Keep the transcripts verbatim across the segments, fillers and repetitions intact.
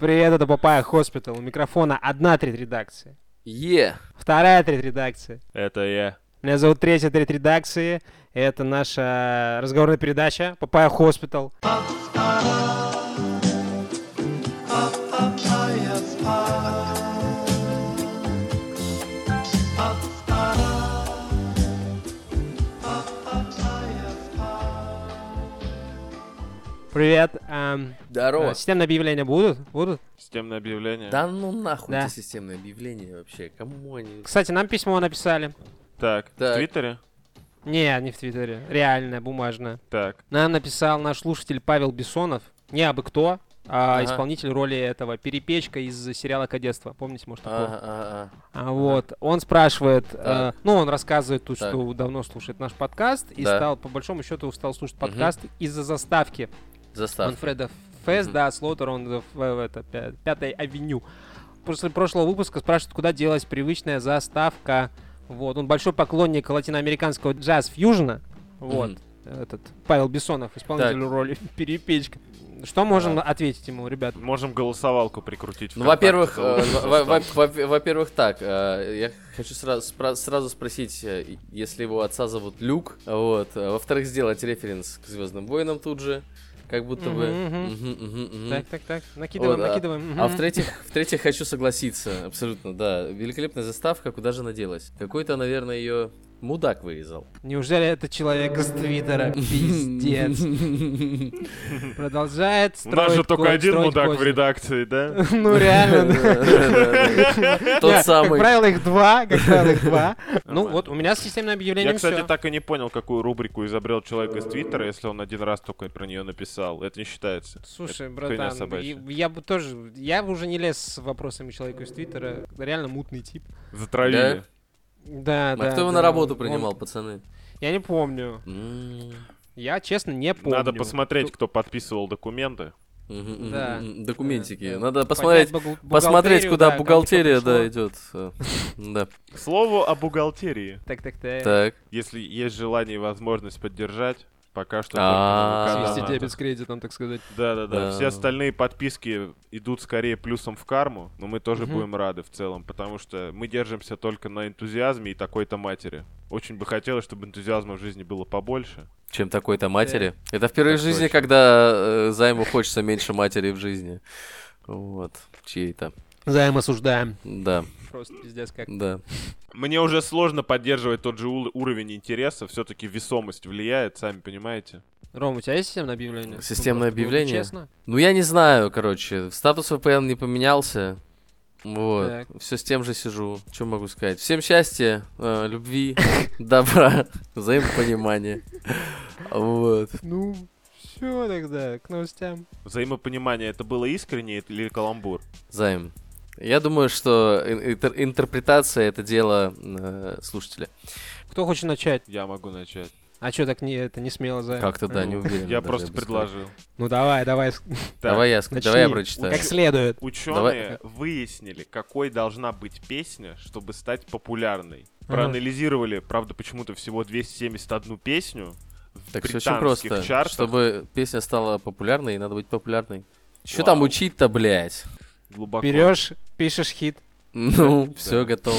Привет, это Папайя Хоспитал. У микрофона одна треть редакции. Е. Вторая треть редакции. Это я. Меня зовут третья треть редакции. Это наша разговорная передача Папайя Хоспитал. Привет. Эм, Здорово. э, системные объявления будут? Будут? Системное объявление. Да ну нахуй Да. эти системные объявления вообще. Кому они? Кстати, нам письмо написали. Так, Так. в Твиттере? Не, не в Твиттере. Реальное, бумажное. Так. Нам написал наш слушатель Павел Бессонов. Не абы кто, а Ага. исполнитель роли этого Перепечка из сериала «Кадетство». Помните, может, такое? Ага, ага, А вот, он спрашивает, э, Так. ну, он рассказывает тут, Так. что давно слушает наш подкаст, и Да. стал, по большому счету, стал слушать Мгм. подкаст из-за заставки Застав. Манфреда Фест, Мгм. да, Слоутер, он в, в- в это, пя- Пятой авеню. После прошлого выпуска спрашивает, куда делась привычная заставка. Вот, он большой поклонник латиноамериканского джаз-фьюжна. Вот, Мгм. этот Павел Бессонов, исполнитель Так. роли Перепечка. Что можем Да. ответить ему, ребят? Можем голосовалку прикрутить. Ну, ВКонтакте, во-первых, за лучшую э, во- во- заставку. во- во-первых, так, э, я хочу сразу, спра- сразу спросить, э, если его отца зовут Люк, вот, а во-вторых, сделать референс к Звездным войнам тут же, как будто бы. Мгм, мгм. Мгм, мгм, мгм. Так, так, так, накидываем, Вот, а- накидываем. А Мгм. в-третьих, в-третьих, хочу согласиться, абсолютно, да. Великолепная заставка, куда же она делась? Какой-то, наверное, ее мудак вырезал. Неужели это человек из Твиттера? Пиздец. Продолжает У строить нас же только ко- один строить мудак в козни. редакции, да? Ну реально, да. Тот Нет, Как самый. правило, их два, как правило, их два. Ну Нормально. вот, у меня с системным Я, объявлением кстати, все. так и не понял, какую рубрику изобрел человек из Твиттера, если он один раз только про нее написал. Это не считается. Слушай, Это хуйня братан, собачья. и- я бы тоже, я бы уже не лез с вопросами человека из Твиттера. Реально мутный тип. Затравили. Да, А да. кто его да, на работу он- принимал, пацаны? Я не помню. М. Я, честно, не помню. Надо посмотреть, кто подписывал документы. Мгм, Да. мгм, мгм. Документики. Да, да. Надо Поднять посмотреть, бухгал- посмотреть, бухгалтерию, куда да, кому что бухгалтерия, пришло. да, идет. э, Да. К слову о бухгалтерии. Так, так, так. Так. Если есть желание и возможность поддержать, пока что А, только на ВК Свести донатах. дебет с кредитом, так сказать. Да-да-да. Да. Все остальные подписки идут скорее плюсом в карму, но мы тоже Мгм. будем рады в целом, потому что мы держимся только на энтузиазме и такой-то матери. Очень бы хотелось, чтобы энтузиазма в жизни было побольше. Чем такой-то матери. Это впервые в Так жизни, точно. когда э, займу хочется меньше матери в жизни. Вот. Чьей-то. Займ осуждаем. Да, Просто пиздец как. да. Мне уже сложно поддерживать тот же у- уровень интереса, все-таки весомость влияет, сами понимаете. Ром, у тебя есть системное объявление? Системное Ну, просто говорю объявление? Честно? Ну, я не знаю, короче. Статус ви пи эн не поменялся. Вот. Так. Все с тем же сижу. Что могу сказать? Всем счастья, э, любви, добра, взаимопонимания. Вот. Ну, все тогда, к новостям. Взаимопонимание, это было искренне или каламбур? Займ. Я думаю, что ин- интер- интерпретация — это дело э, слушателя. Кто хочет начать? Я могу начать. А что так не, это не смело, Займ? Как-то, да, не Ну, уверен. Я даже, просто бы сказал. предложил. Ну давай, давай, с- Так, Давай я, ск- начни. давай я прочитаю. как следует. Ученые выяснили, какой должна быть песня, чтобы стать популярной. Ага. Проанализировали, правда, почему-то всего двести семьдесят одну песню в Так все очень британских просто. чартах. Чтобы песня стала популярной, надо быть популярной. Что Вау. там учить-то, блядь? Глубоко. Берешь, пишешь хит. Ну, Да. все, готово.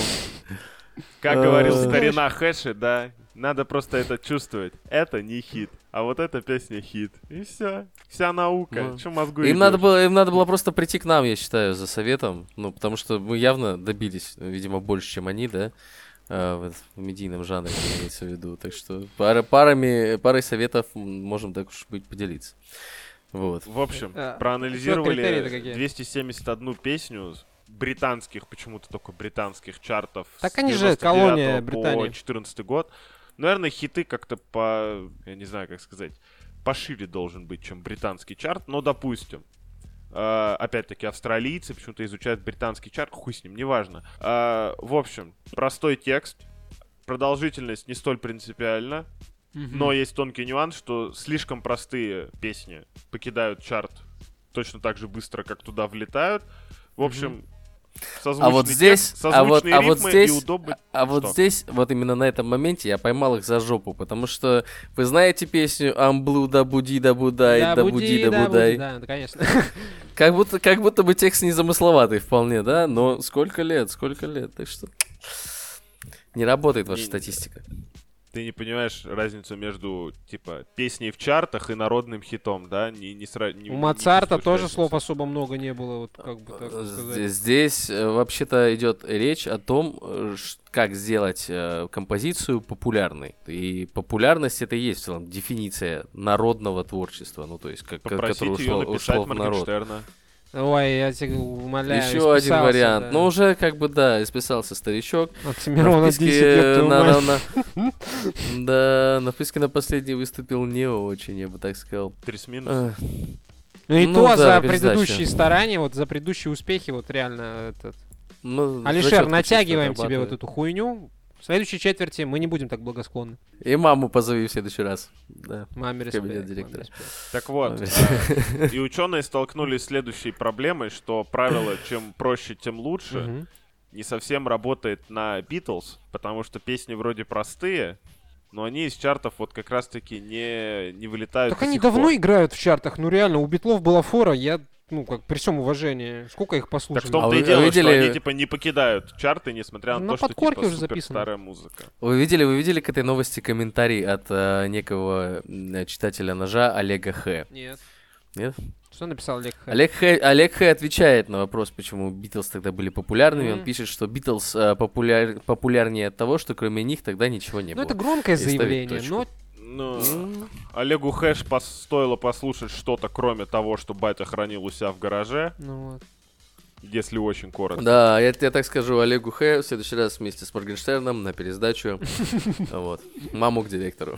Как говорил Э. старина Хэши, да, надо просто это чувствовать. Это не хит, а вот эта песня хит. И все. Вся наука. Ну. Че мозгу Им ебешь? надо, было, им надо было просто прийти к нам, я считаю, за советом. Ну, потому что мы явно добились, видимо, больше, чем они, да, э, в, в медийном жанре, имеется в виду. Так что пара, парами, парой советов можем, так уж быть, поделиться. Вот. В общем, А, критерии-то проанализировали какие? двести семьдесят одну песню с британских, почему-то только британских чартов. Так с они же девяносто девятого колония Британии. по четырнадцатый год. Наверное, хиты как-то по, я не знаю, как сказать, пошире должен быть, чем британский чарт, но допустим. Э, опять-таки, австралийцы почему-то изучают британский чарт, хуй с ним, неважно. Э, в общем, простой текст, продолжительность не столь принципиальна, но есть тонкий нюанс, что слишком простые песни покидают чарт точно так же быстро, как туда влетают. В общем, созвучный А вот здесь, текст, а вот, созвучные а вот рифмы здесь, и удобно... а вот Что? здесь, вот именно на этом моменте я поймал их за жопу, потому что вы знаете песню «I'm blue, да буди, да будай, да буди, да да, будай». да, да, конечно. Как будто, как будто бы текст незамысловатый вполне, да? Но сколько лет, сколько лет, так что не работает ваша Не- статистика. Ты не понимаешь разницу между, типа, песней в чартах и народным хитом, да? Не, не сра... не- У не Моцарта чувствуешь тоже разницу. слов особо много не было, вот как бы так Здесь, сказать. здесь, э, вообще-то идет речь о том, э, ш- как сделать э, композицию популярной. И популярность это и есть в целом дефиниция народного творчества, ну то есть как, ко- Попросить которое ее ушло, написать ушло в народ. Моргенштерна. Ой, я тебя умоляю, Еще один исписался, вариант. да. Ну уже как бы да, исписался старичок. Оксимирона На десять, вписке ёб твою на- мать. на- Да, на вписке на последний выступил не очень, я бы так сказал. Трис минус. Ах, Ну и Ну то да, за пересдача. предыдущие старания, вот за предыдущие успехи, вот реально этот... ну, Алишер, зачётку натягиваем чисто тебе вот отрабатывает. эту хуйню. В следующей четверти мы не будем так благосклонны. И маму позови в следующий раз. Да. Маме Кабинет респект. директора. маме респект. Так вот, Маме. а, и ученые столкнулись с следующей проблемой, что правило «чем проще, тем лучше» Мгм. не совсем работает на Beatles, потому что песни вроде простые, но они из чартов вот как раз-таки не, не вылетают Так до они сих давно пор. играют в чартах, ну реально, у Битлов была фора, я, ну как, при всем уважении, сколько их Так послушали? в том-то А и вы дело, видели- что они типа не покидают чарты, несмотря на, На то, что подкорке типа уже супер записано. старая музыка. Вы видели, вы видели к этой новости комментарий от э, некого м, читателя «Ножа» Олега Х? Нет. Нет? Что написал Олег Х? Олег Х, Олег Х отвечает на вопрос, почему Битлз тогда были популярными. Мгм. Он пишет, что Битлз э, популяр, популярнее от того, что кроме них тогда ничего не Ну было. это громкое И ставит заявление, точку. но Ну, М, Олегу Хэш пос- стоило послушать что-то, кроме того, что батя хранил у себя в гараже, ну, вот. если очень коротко. Да, я, я так скажу Олегу Х в следующий раз вместе с Моргенштерном на пересдачу. Вот. Маму к директору.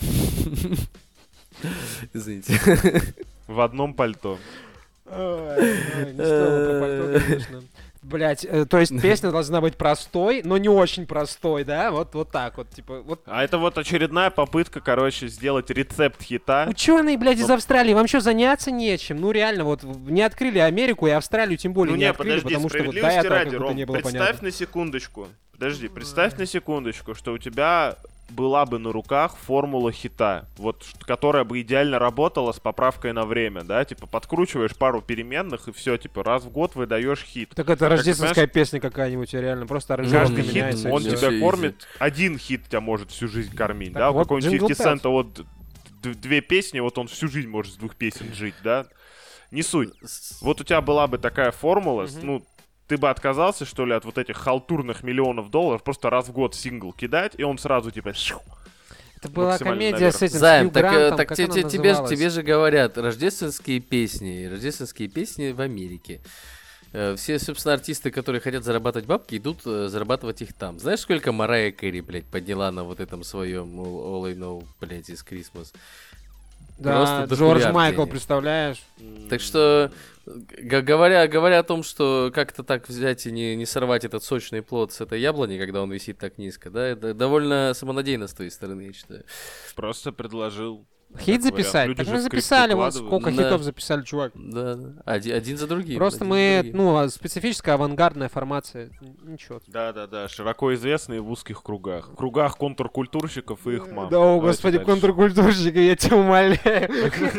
Извините. В одном пальто. Ой, ой, не стоило про пальто, конечно. Блять, то есть песня должна быть простой, но не очень простой, да? Вот, вот так вот, типа, вот. А это вот очередная попытка, короче, сделать рецепт хита. Ученые, блядь, из Ну. Австралии, вам что, заняться нечем? Ну реально, вот в- не открыли Америку и Австралию тем более Ну не, не, открыли, подожди, потому что вот до справедливости этого ради, как будто Ром, не было представь понятно. на секундочку. Подожди, представь на секундочку, что у тебя была бы на руках формула хита, вот, ш- которая бы идеально работала с поправкой на время, да? Типа подкручиваешь пару переменных и все, типа раз в год выдаешь хит. Так это ты рождественская песня какая-нибудь, реально, просто Каждый аранжировка хит, меняется. и он всё. всё. тебя Easy. кормит, один хит тебя может всю жизнь кормить, Так да? вот, У какого-нибудь Jingle фифти Bells. Cent вот д- две песни, вот он всю жизнь может с двух песен жить, да? Не суть. Вот у тебя была бы такая формула, с- Мгм. ну, ты бы отказался, что ли, от вот этих халтурных миллионов долларов, просто раз в год сингл кидать, и он сразу, типа, щу. Это была максимально комедия наверх. с этим, с Займ, Хью так, э, Грантом, так как те- она те- тебе, ж- называлась? тебе же говорят рождественские песни, рождественские песни в Америке. Э, Все, собственно, артисты, которые хотят зарабатывать бабки, идут э, зарабатывать их там. Знаешь, сколько Марайя Кэрри, блядь, подняла на вот этом своем All I Know, блядь, из Christmas? Да, просто Джордж дохуя Майкл, денег. представляешь? Так что, г- говоря, говоря о том, что как-то так взять и не, не сорвать этот сочный плод с этой яблони, когда он висит так низко, да, это довольно самонадеянно с твоей стороны, я считаю. Просто предложил. Хит Как говорят, записать? люди Так же мы в скрипт записали, вот укладывают. сколько Да. хитов записали, чувак. Да, да. Один, один за другим. Просто один мы, за другим. ну, а, специфическая авангардная формация. Н- Ничего. Да-да-да, широко известные в узких кругах. В кругах контркультурщиков и их мам. Да, о, Давайте господи, дальше. контркультурщика, я тебя умоляю.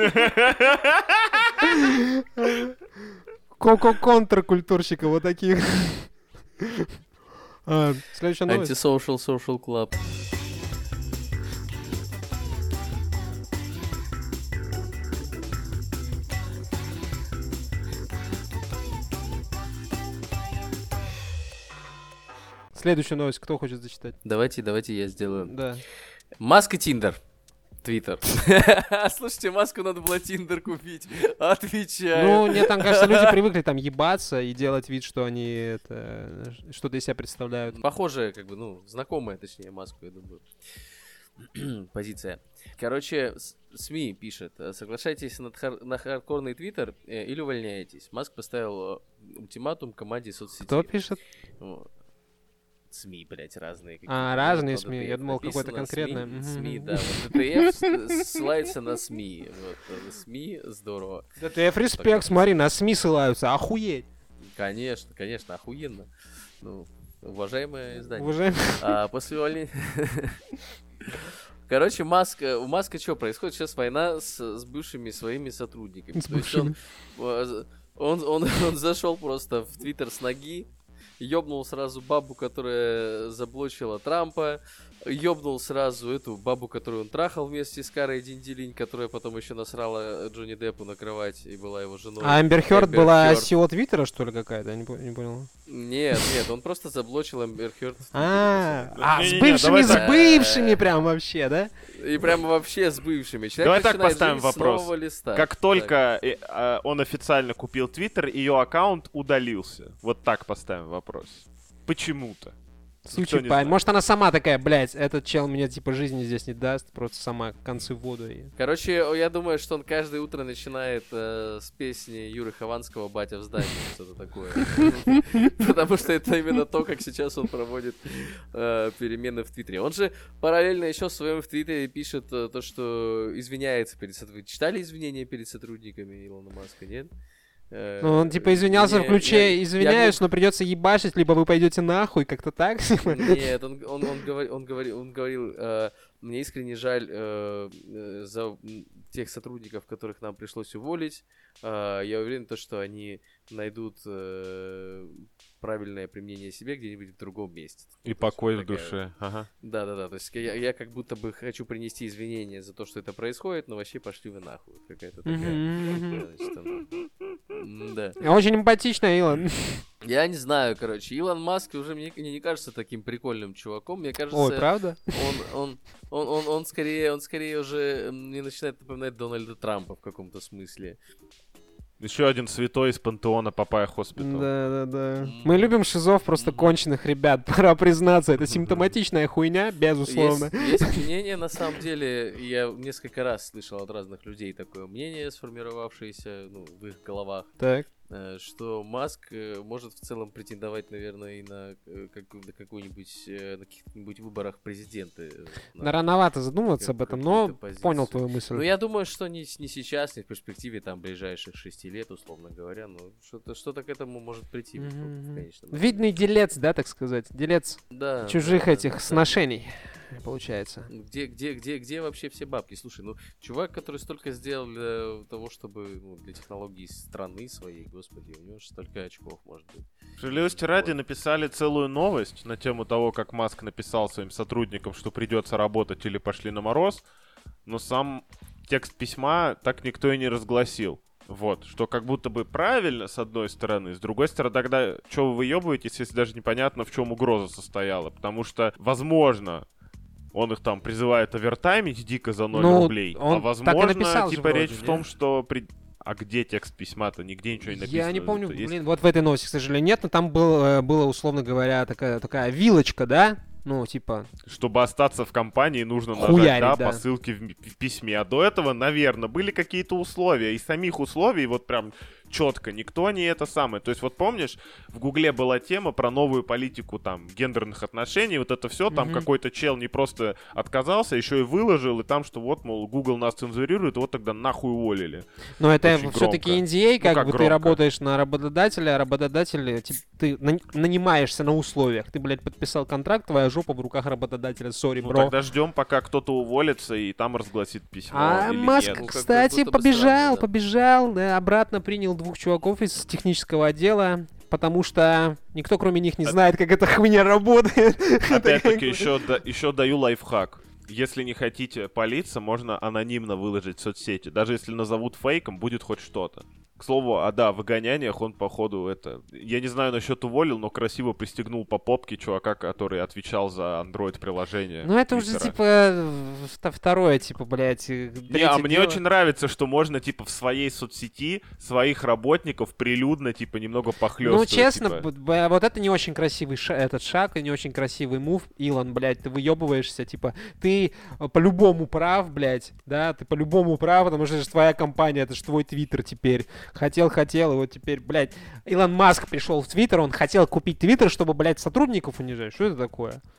Коко контркультурщика, вот таких. А, Следующая новость. Антисоушал Social Club. Следующая новость, кто хочет зачитать? Давайте, давайте я сделаю. Да. Маск и Тиндер. Твиттер. Слушайте, маску надо было Тиндер купить. Отвечаю. Ну, мне там кажется, люди привыкли там ебаться и делать вид, что они это, что-то из себя представляют. Похожая, как бы, ну, знакомая, точнее, маску, я думаю. Позиция. Короче, с- СМИ пишет, э, соглашайтесь на, хар- на хардкорный твиттер э, или увольняетесь. Маск поставил э, ультиматум команде соцсетей. Кто пишет? Вот. СМИ, блядь, разные. какие-то. А, Вот разные под СМИ. ди ти эф Я думал, какое-то написано, конкретное. СМИ, Мгм, СМИ, мгм. да. Вот ди ти эф с- ссылается на СМИ. Вот, э, СМИ здорово. Да ты респект, смотри, на СМИ ссылаются, охуеть. Конечно, конечно, охуенно. Ну, уважаемое издание. Уважаемый. А после увольнения... Короче, Маск, у Маска что происходит? Сейчас война с, с бывшими своими сотрудниками. С То есть он, он, он, он зашел просто в Твиттер с ноги, ёбнул сразу бабу, которая заблочила Трампа, ёбнул сразу эту бабу, которую он трахал вместе с Карой Динделинь, которая потом еще насрала Джонни Деппу на кровать и была его женой. А Эмбер Хёрд Эмбер была Хёрд. сила Твиттера, что ли, какая-то? Я не, по- не понял. Нет, нет, он просто заблочил Эмбер Хёрд. А, а с Не-не-не, бывшими, давай с так. бывшими прям вообще, да? И прямо вообще с бывшими. Человек Давай так начинает поставим жизнь с вопрос. нового листа. Как Так. только э, а, он официально купил Твиттер, ее аккаунт удалился. Вот так поставим вопрос. Почему-то. Никто Случай не память. знает. Может, она сама такая, блядь, этот чел мне типа жизни здесь не даст, просто сама концы в воду. И... Короче, я думаю, что он каждое утро начинает э, с песни Юры Хованского «Батя в здании», что-то такое. Потому что это именно то, как сейчас он проводит э, перемены в Твиттере. Он же параллельно еще в своем в Твиттере пишет э, то, что извиняется перед сотрудниками. Читали извинения перед сотрудниками Илона Маска, нет? Э, Ну, он типа извинялся не, в ключе, я- извиняюсь, я но придется ебашить, либо вы пойдете нахуй, как-то так. Нет, он, он, он, говори- он, говори- он говорил, э, мне искренне жаль э, э, за м, тех сотрудников, которых нам пришлось уволить. Э, я уверен, то, что они найдут э, правильное применение себе где-нибудь в другом месте. И То есть покой вот в такая душе. Ага. Да-да-да, то есть я, я как будто бы хочу принести извинения за то, что это происходит, но вообще пошли вы нахуй. Вот какая-то такая... значит, там, м-да. Очень эмпатично, Илон. Я не знаю, короче, Илон Маск уже мне, мне не кажется таким прикольным чуваком. Мне кажется, Ой, правда? он, он, он, он, он скорее, он скорее уже мне начинает напоминать Дональда Трампа в каком-то смысле. Еще один святой из пантеона Папая Хоспитал. Да-да-да. М. Мы любим шизов, просто Мгм. конченых ребят. Пора признаться, это симптоматичная хуйня, безусловно. Есть, есть мнение, на самом деле, я несколько раз слышал от разных людей такое мнение, сформировавшееся ну, в их головах, Так. э, что Маск э, может в целом претендовать, наверное, и на, э, как- на какой-нибудь э, на каких-нибудь выборах президента. э, на- Да, рановато задумываться об как- этом, но какую-то позицию. понял твою мысль. Ну, я думаю, что не, с- не сейчас, не в перспективе там ближайших шести лет, условно говоря, но что-то, что-то к этому может прийти в- в Мгм. конечном. Видный делец, да, так сказать. Делец Да, чужих да, этих да. сношений, получается. Где, где, где, где вообще все бабки? Слушай, ну, чувак, который столько сделал для того, чтобы, ну, для технологий страны своей, господи, у него же столько очков, может быть. Справедливости ради написали целую новость на тему того, как Маск написал своим сотрудникам, что придется работать или пошли на мороз, но сам текст письма так никто и не разгласил. Вот, что как будто бы правильно, с одной стороны, с другой стороны, тогда что вы выебываетесь, если даже непонятно, в чем угроза состояла, потому что, возможно, он их там призывает овертаймить дико за ноль Ну, рублей, он а так и возможно, написал же типа речь вроде, в том, не? что... При... А где текст письма-то? Нигде ничего не написано. Я не помню, Есть? блин, вот в этой новости, к сожалению, нет, но там был, э, было, условно говоря, такая, такая вилочка, да? Ну, типа, Чтобы остаться в компании, нужно нажать Хуярить, да, да. по ссылке в, м- в письме. А до этого, наверное, были какие-то условия. И самих условий вот прям четко никто не это самое. То есть вот помнишь, в Гугле была тема про новую политику там гендерных отношений. Вот это все, там Мгм. какой-то чел не просто отказался, еще и выложил. И там, что вот, мол, Google нас цензурирует, и вот тогда нахуй уволили. но это Очень все-таки громко. эн ди эй, как, как бы ты громко. работаешь на работодателя, а работодатель, э, тип- ты нан- нанимаешься на условиях. Ты, блядь, подписал контракт, твоя жопа в руках работодателя, сори, Ну бро. тогда ждем, пока кто-то уволится и там разгласит письмо. А или Маск, нет. Ну, как- кстати, как будто бы побежал, странно, да. побежал, да, обратно принял двух чуваков из технического отдела, потому что никто, кроме них, не А- знает, как эта хуйня работает. Опять-таки, еще, да- еще даю лайфхак. Если не хотите палиться, можно анонимно выложить в соцсети. Даже если назовут фейком, будет хоть что-то. К слову, а да, в выгоняниях он, походу, это... Я не знаю насчет уволил, но красиво пристегнул по попке чувака, который отвечал за Android-приложение. Ну это уже, Твиттера. типа, в- второе, типа, блядь, э, Не, а третье мне дело. очень нравится, что можно, типа, в своей соцсети своих работников прилюдно, типа, немного похлёстывать. Ну, честно, типа. б- б- вот это не очень красивый ша- этот шаг и не очень красивый мув. Илон, блядь, ты выебываешься, типа, ты э, по-любому прав, блядь, да, ты по-любому прав, потому что это же твоя компания, это же твой твиттер теперь. Хотел, хотел, и вот теперь, блядь, Илон Маск пришел в твиттер, он хотел купить твиттер, чтобы, блядь, сотрудников унижать. Что это такое?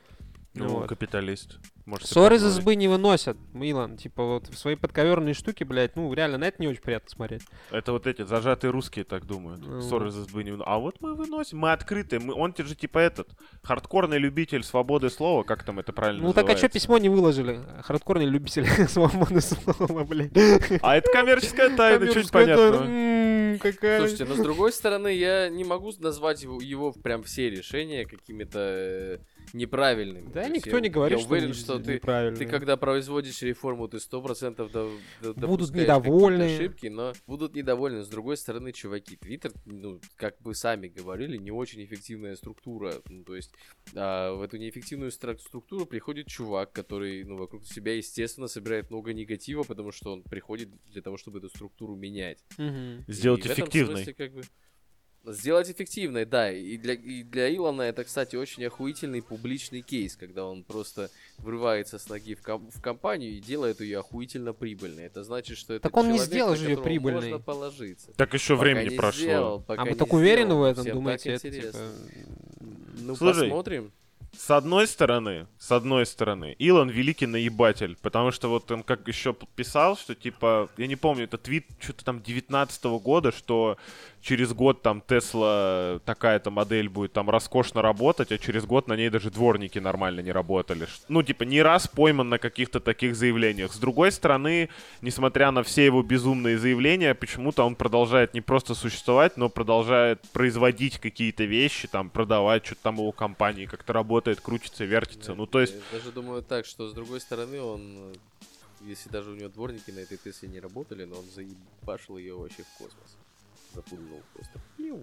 Ну, Вот. капиталист. Можете Ссоры из позволить. избы не выносят, Милан. Типа вот свои подковерные штуки, блядь, ну реально на это не очень приятно смотреть. Это вот эти зажатые русские так думают. Ну. Ссоры из избы не выносят. А вот мы выносим, мы открытые. Мы... Он же типа этот, хардкорный любитель свободы слова, как там это правильно Ну так а называется? что письмо не выложили? Хардкорные любители свободы слова, блядь. А это коммерческая тайна, чуть Коммерческая понятно. тайна. М, Какая... Слушайте, но с другой стороны, я не могу назвать его, его прям все решения какими-то э, неправильными. Да То есть никто я, не говорит, я что, уверен, не- что ты, неправильно. ты когда производишь реформу, ты сто процентов до, до, Будут допускаешь недовольны. какие-то ошибки, но будут недовольны. С другой стороны, чуваки, Твиттер, ну, как вы сами говорили, не очень эффективная структура. Ну, то есть а, в эту неэффективную стра- структуру приходит чувак, который, ну, вокруг себя, естественно, собирает много негатива, потому что он приходит для того, чтобы эту структуру менять. Мгм. Сделать И в этом эффективной. смысле, как бы, сделать эффективной, да. И для, и для Илона это, кстати, очень охуительный публичный кейс, когда он просто врывается с ноги в, ком- в компанию и делает ее охуительно прибыльной. Это значит, что это Так он не человек, сделал на же её которого прибыльной. можно положиться. Так еще Пока времени не прошло. сделал, пока А вы не так уверены сделал, в но этом? всем Думаете, так это интересно. типа... Ну, Слушай, посмотрим. С одной стороны, с одной стороны, Илон великий наебатель, потому что вот он как еще писал, что типа, я не помню, это твит что-то там девятнадцатого года, что через год там Тесла такая-то модель будет там роскошно работать, а через год на ней даже дворники нормально не работали. Ш- Ну, типа, не раз пойман на каких-то таких заявлениях. С другой стороны, несмотря на все его безумные заявления, почему-то он продолжает не просто существовать, но продолжает производить какие-то вещи, там, продавать, что-то там его компании как-то работает, крутится, вертится. Ну, то есть... Я даже думаю так, что с другой стороны он, э, если даже у него дворники на этой Тесле не работали, но он заебашил ее вообще в космос. Запульнул просто. Пиу.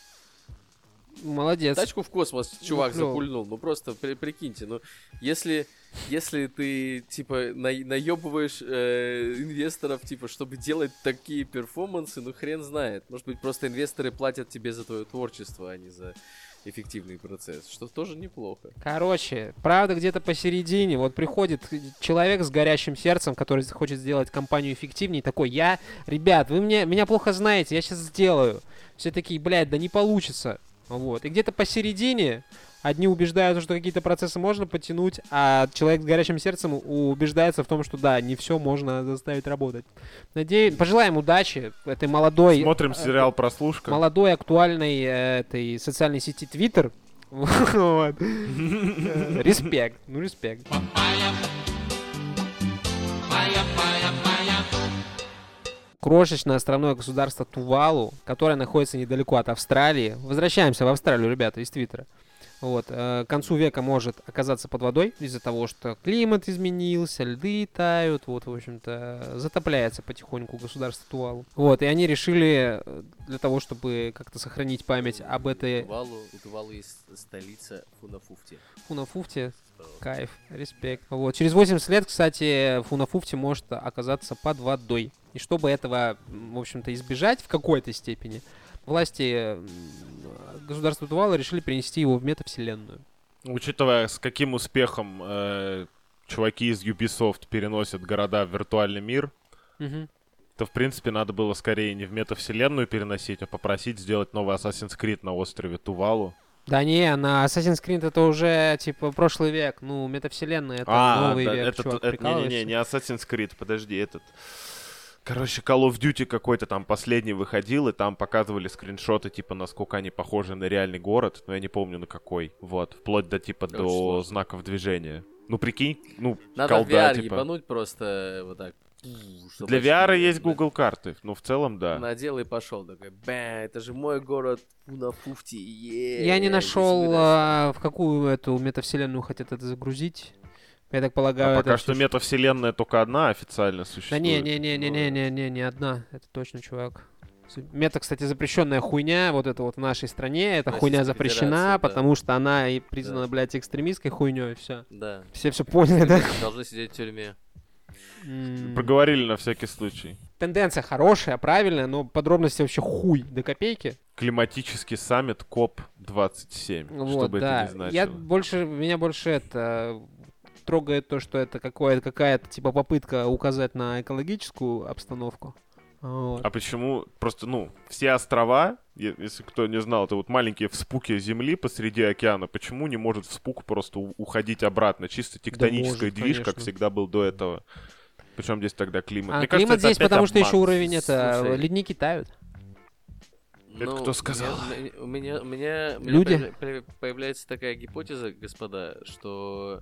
Молодец. Тачку в космос чувак клёво. запульнул. Ну просто при- прикиньте, ну если, если ты типа на, наебываешь э, инвесторов, типа, чтобы делать такие перформансы, ну хрен знает. Может быть, просто инвесторы платят тебе за твое творчество, а не за эффективный процесс, что тоже неплохо. Короче, правда где-то посередине. Вот приходит человек с горящим сердцем, который хочет сделать компанию эффективнее, такой: я, ребят, вы мне, меня плохо знаете, я сейчас сделаю. Все такие: блядь, да не получится. Вот. И где-то посередине одни убеждаются, что какие-то процессы можно потянуть, а человек с горящим сердцем убеждается в том, что да, не все можно заставить работать. Надеюсь, пожелаем удачи этой молодой... Смотрим э, сериал «Прослушка». молодой, актуальной э, этой социальной сети Twitter. Вот. Э, Респект. Ну, респект. Крошечное островное государство Тувалу, которое находится недалеко от Австралии. Возвращаемся в Австралию, ребята, из Твиттера. Вот, э, к концу века может оказаться под водой из-за того, что климат изменился, льды тают, вот, в общем-то, затопляется потихоньку государство Тувалу. Вот, и они решили э, для того, чтобы как-то сохранить память об этой У Тувалу, у Тувалу есть столица Фунафуфти. Фунафуфте. Кайф, респект. Вот, через восемьдесят лет, кстати, Фунафуфти может оказаться под водой. И чтобы этого, м, в общем-то, избежать в какой-то степени, власти м, государства Тувала решили перенести его в метавселенную. Учитывая, с каким успехом э, чуваки из Ubisoft переносят города в виртуальный мир, Мгм. то, в принципе, надо было скорее не в метавселенную переносить, а попросить сделать новый Assassin's Creed на острове Тувалу. Да не, на Assassin's Creed это уже, типа, прошлый век. Ну, метавселенная это а, новый да, век, это, чувак, это, прикалываешься? не-не-не, не Assassin's Creed, подожди, этот... Короче, Call of Duty какой-то там последний выходил, и там показывали скриншоты, типа, насколько они похожи на реальный город, но я не помню на какой. Вот, вплоть до, типа, Очень до сложно. знаков движения. Ну, прикинь, ну, Надо в ви колда, ар типа. ебануть просто вот так. чтобы Для ви ар очки, есть да. Google карты, ну, в целом, да. Надел и пошел такой, бэ, это же мой город Фунафуфти, е Я не иди нашел, сюда, а, в какую эту метавселенную хотят это загрузить. Я так А полагаю, пока это что всё, метавселенная только одна официально Да существует. не, не, не, не, не, не, не, не одна. Это точно, чувак. Мета, кстати, запрещенная хуйня, вот это вот в нашей стране, эта Российской хуйня Федерации, запрещена, да. потому что она и признана, Да. блядь, экстремистской хуйней, все. Да. Все все поняли, да? Должны сидеть в тюрьме. М, Проговорили на всякий случай. Тенденция хорошая, правильная, но подробности вообще хуй до копейки. Климатический саммит коп двадцать семь, Вот, что бы да. это ни значило. Я больше, меня больше это трогает то, что это какое- какая-то типа попытка указать на экологическую обстановку. Вот. А почему просто, ну, все острова, е- если кто не знал, это вот маленькие вспуки Земли посреди океана, почему не может вспук просто у- уходить обратно? Чисто тектонический может, движ, как конечно. всегда был до этого. Причем здесь тогда климат? А Мне климат кажется, это здесь, опять потому что еще обман. уровень, это, Слушай. ледники тают. Это кто сказал? меня- У меня, у меня, у меня Люди? появля- появ- появляется такая гипотеза, господа, что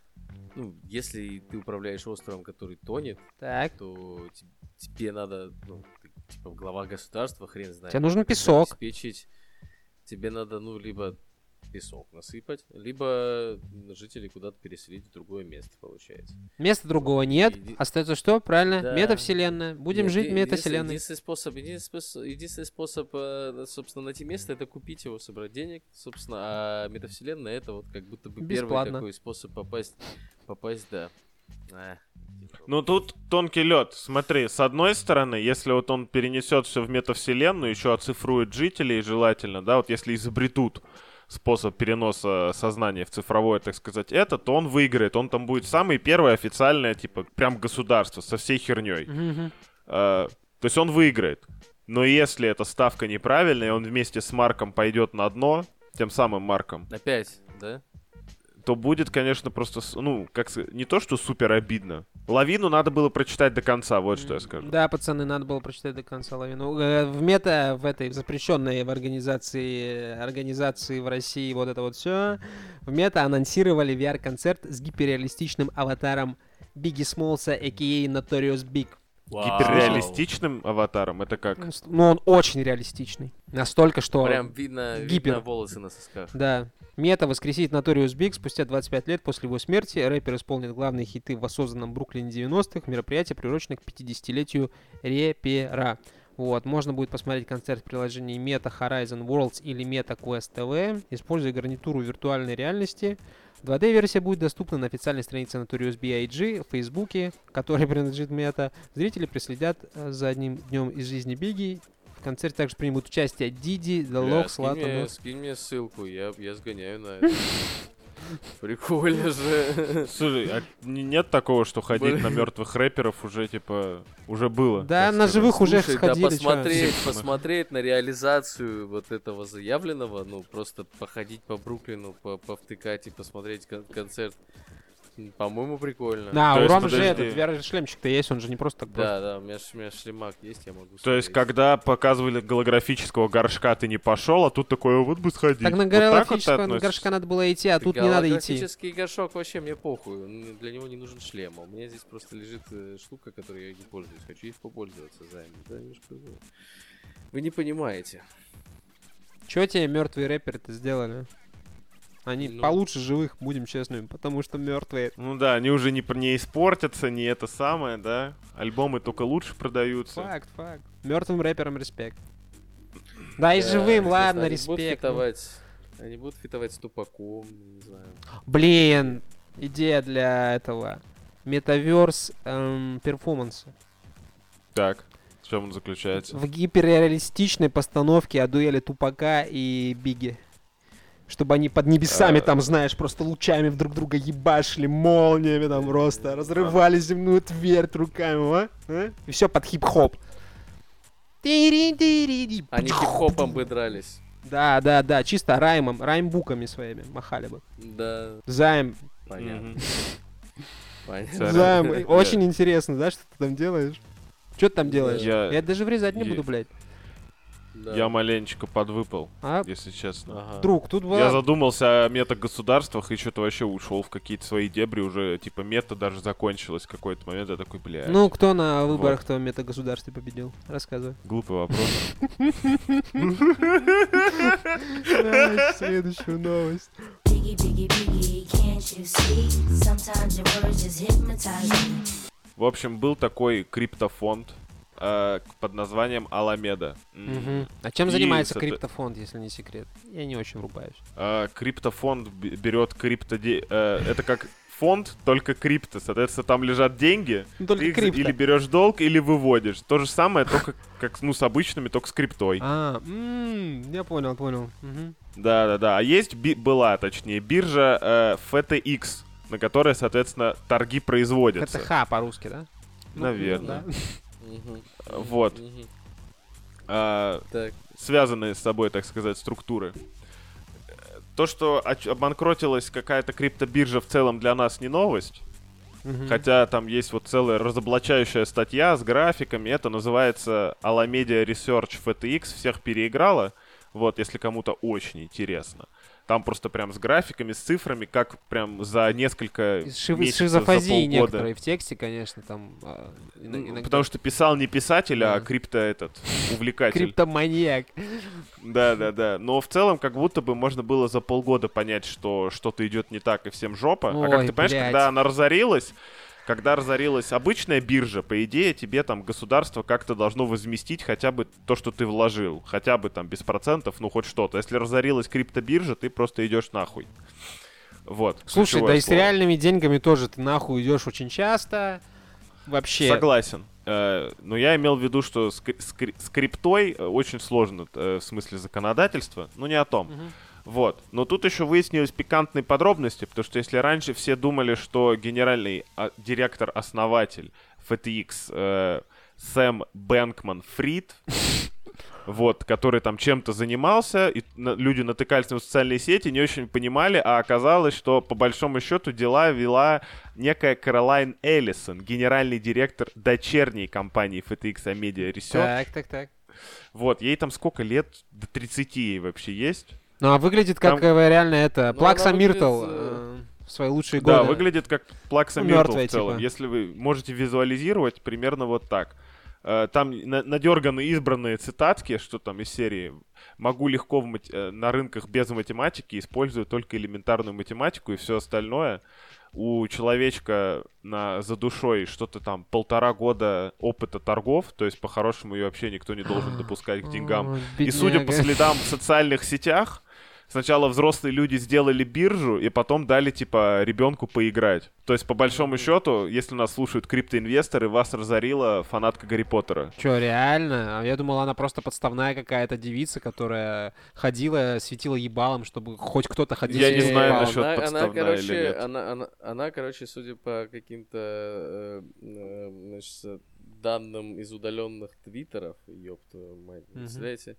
ну, если ты управляешь островом, который тонет, Так. то те- тебе надо, ну, ты, типа, глава государства, хрен знает. Тебе нужен как песок. обеспечить. Тебе надо, ну, либо песок насыпать, либо жителей куда-то переселить в другое место, получается. Места другого нет. Иди- Остается что? Правильно? Да. Метавселенная. Будем Нет, жить в е- единственный- метавселенной. Единственный способ, единственный способ, единственный способ, э, собственно, найти место, это купить его, собрать денег, собственно, а метавселенная это вот как будто бы первый Бесплатно. такой способ попасть, попасть, да. А, типа, Ну тут тонкий лед. Смотри, с одной стороны, если вот он перенесет все в метавселенную, еще оцифрует жителей желательно, да, вот если изобретут способ переноса сознания в цифровое, так сказать, это, то он выиграет. Он там будет самый первый официальное, типа, прям государство со всей херней. Мгм. А, то есть он выиграет. Но если эта ставка неправильная, и он вместе с Марком пойдет на дно, тем самым Марком, опять, да? то будет, конечно, просто, с- ну, как сказать, не то, что супер обидно. Лавину надо было прочитать до конца, вот что я скажу. Да, пацаны, надо было прочитать до конца лавину. Э, В мета, в этой запрещенной в организации, организации в России вот это вот все, в мета анонсировали ви ар-концерт с гиперреалистичным аватаром Бигги Смолса, а.к.а. Notorious Big. Гиперреалистичным аватаром, это как? Ну, с- Ну, он очень реалистичный. Настолько, что... Прям видно, гипер. видно волосы на сосках. Да. Мета воскресит Notorious Big спустя двадцать пять лет после его смерти. Рэпер исполнит главные хиты в воссозданном Бруклине девяностых. Мероприятие приурочено к пятидесятилетию рэпера. Вот, можно будет посмотреть концерт в приложении Meta Horizon Worlds или Meta Quest ти ви, используя гарнитуру виртуальной реальности. два дэ-версия будет доступна на официальной странице Notorious би ай джи в Фейсбуке, которой принадлежит Meta. Зрители проследят э, за одним днем из жизни Бигги. В концерте также примут участие Диди, The Бля, Lox, скинь, Лато, мне, скинь мне ссылку, я, я сгоняю на это. Прикольно же. Слушай, а н- нет такого, что ходить Блин. на мертвых рэперов уже, типа, уже было? Да, так на сказать. живых уже Слушай, да сходили. чё. посмотреть, Всех посмотреть на реализацию вот этого заявленного, ну, просто походить по Бруклину, по- повтыкать и посмотреть кон- концерт. М, По-моему, прикольно. Да, То у есть, Ромы же подожди. этот ви ар-шлемчик-то есть, он же не просто так просто. Да, да, у меня, ш- у меня шлемак есть, я могу То есть, смотреть. когда показывали голографического горшка, ты не пошел, а тут такое, вот бы сходить. Так на Вот так вот ты голографического на относишься? горшка надо было идти, а тут не надо идти. Голографический горшок вообще мне похуй, он- для него не нужен шлем. А у меня здесь просто лежит э, штука, которой я не пользуюсь. Хочу ей попользоваться, Займ. Да, немножко, ну, вы не понимаете. Чё тебе мертвые рэперы-то сделали? Они Ну. получше живых, будем честными, потому что мертвые. Ну да, они уже не, пр- не испортятся, не это самое, да? Альбомы только лучше продаются. Факт, факт. Мертвым рэперам респект. Да и Да, живым, сейчас ладно, они будут респект. ну. фитовать- Они будут фитовать с Тупаком, не знаю. Блин, идея для этого. Метаверс эм, перформанса. Так, в чем он заключается? В гиперреалистичной постановке о дуэли Тупака и Бигги. Чтобы они под небесами А. там, знаешь, просто лучами в друг друга ебашили, молниями там просто, разрывали земную твердь руками, а? А? И все под хип-хоп. Тири-тири-ди. Они хип-хопом бы дрались. Да, да, да, чисто раймом, раймбуками своими махали бы. Да, Займ, понятно. Мгм. Понятно. Царь. Займ, Да. очень интересно, да, что ты там делаешь? Что ты там делаешь? Я- Я даже врезать не я- буду, блядь. Да. Я маленечко подвыпал, А, если честно. Ага. друг, тут была... Я задумался о метагосударствах и что-то вообще ушел в какие-то свои дебри, уже типа мета даже закончилась в какой-то момент, я такой, бля, Ну, кто на Вот. выборах в метагосударстве победил? Рассказывай. глупый вопрос. Следующую новость. Biggie, biggie, biggie, can't you see? Sometimes your words just hypnotize me. В общем, был такой криптофонд э, под названием Аламеда. М, Мгм. А чем И занимается соответ- криптофонд, если не секрет? Я не очень врубаюсь. э, Криптофонд б- берет крипто... Это как фонд, только крипто. Соответственно, там лежат деньги. Ну, только Ты их крипто. или берешь долг, или выводишь. То же самое, только как ну, с обычными, только с криптой. А, м, я понял, понял. Мгм. Да-да-да. А есть, би- была, точнее, биржа э, эф ти экс, на которой, соответственно, торги производятся. ка тэ ха по-русски, да? Ну, Наверное. да. Мгм. Вот. Мгм. А, Так. связанные с собой, так сказать, структуры. То, что оч- обанкротилась какая-то криптобиржа в целом для нас не новость. Мгм. Хотя там есть вот целая разоблачающая статья с графиками. Это называется Alameda Research эф ти экс. Всех переиграла. Вот, если кому-то очень интересно. Там просто прям с графиками, с цифрами, как прям за несколько Из шиз- месяцев, за шизофазии полгода. некоторые в тексте, конечно, там а, ино- Ну, иногда. Потому что писал не писатель, а Да. крипто этот, увлекатель. Криптоманьяк. Да, да, да. Но в целом, как будто бы можно было за полгода понять, что что-то идет не так и всем жопа. а как Ой, ты понимаешь, блядь. когда она разорилась, когда разорилась обычная биржа, по идее, тебе там государство как-то должно возместить хотя бы то, что ты вложил. Хотя бы там без процентов, ну хоть что-то. Если разорилась криптобиржа, ты просто идешь нахуй. Вот. Слушай, ключевое да и с слово. реальными деньгами тоже ты нахуй идешь очень часто. Вообще. Согласен. Э, Но я имел в виду, что с, кри- с кри- с криптой э, очень сложно э, в смысле законодательства. Ну, не о том. Мгм. Вот. Но тут еще выяснились пикантные подробности, потому что если раньше все думали, что генеральный а, директор-основатель эф ти экс э, Сэм Бэнкман Фрид, вот, который там чем-то занимался, и на- люди натыкались на его социальные сети, не очень понимали, а оказалось, что по большому счету дела вела некая Каролайн Эллисон, генеральный директор дочерней компании эф ти экс Media Research. Так, так, так. Вот, ей там сколько лет? До тридцати ей вообще есть. Ну, а выглядит как Там- э, реально это, Ну, Плакса она выглядит, Миртл э, э, в свои лучшие годы. Да, выглядит как Плакса Ну, Миртл мёртвая, в целом. типа. Если вы можете визуализировать, примерно вот так. Э, Там на- надерганы избранные цитатки, что там из серии «Могу легко в мат- э, на рынках без математики, использую только элементарную математику и все остальное». У человечка на, за душой что-то там полтора года опыта торгов, то есть по-хорошему ее вообще никто не должен допускать к деньгам. Ой, И судя по бедняга. следам в социальных сетях, сначала взрослые люди сделали биржу, и потом дали, типа, ребенку поиграть. То есть, по большому счету, если нас слушают криптоинвесторы, вас разорила фанатка Гарри Поттера. Чё, реально? А я думал, она просто подставная какая-то девица, которая ходила, светила ебалом, чтобы хоть кто-то ходил. Я не с знаю ебалом. насчет она, она, подставная короче, или нет. Она, она, она, короче, судя по каким-то э, э, значит, данным из удаленных твиттеров, ёб твою мать, Мгм. представляете,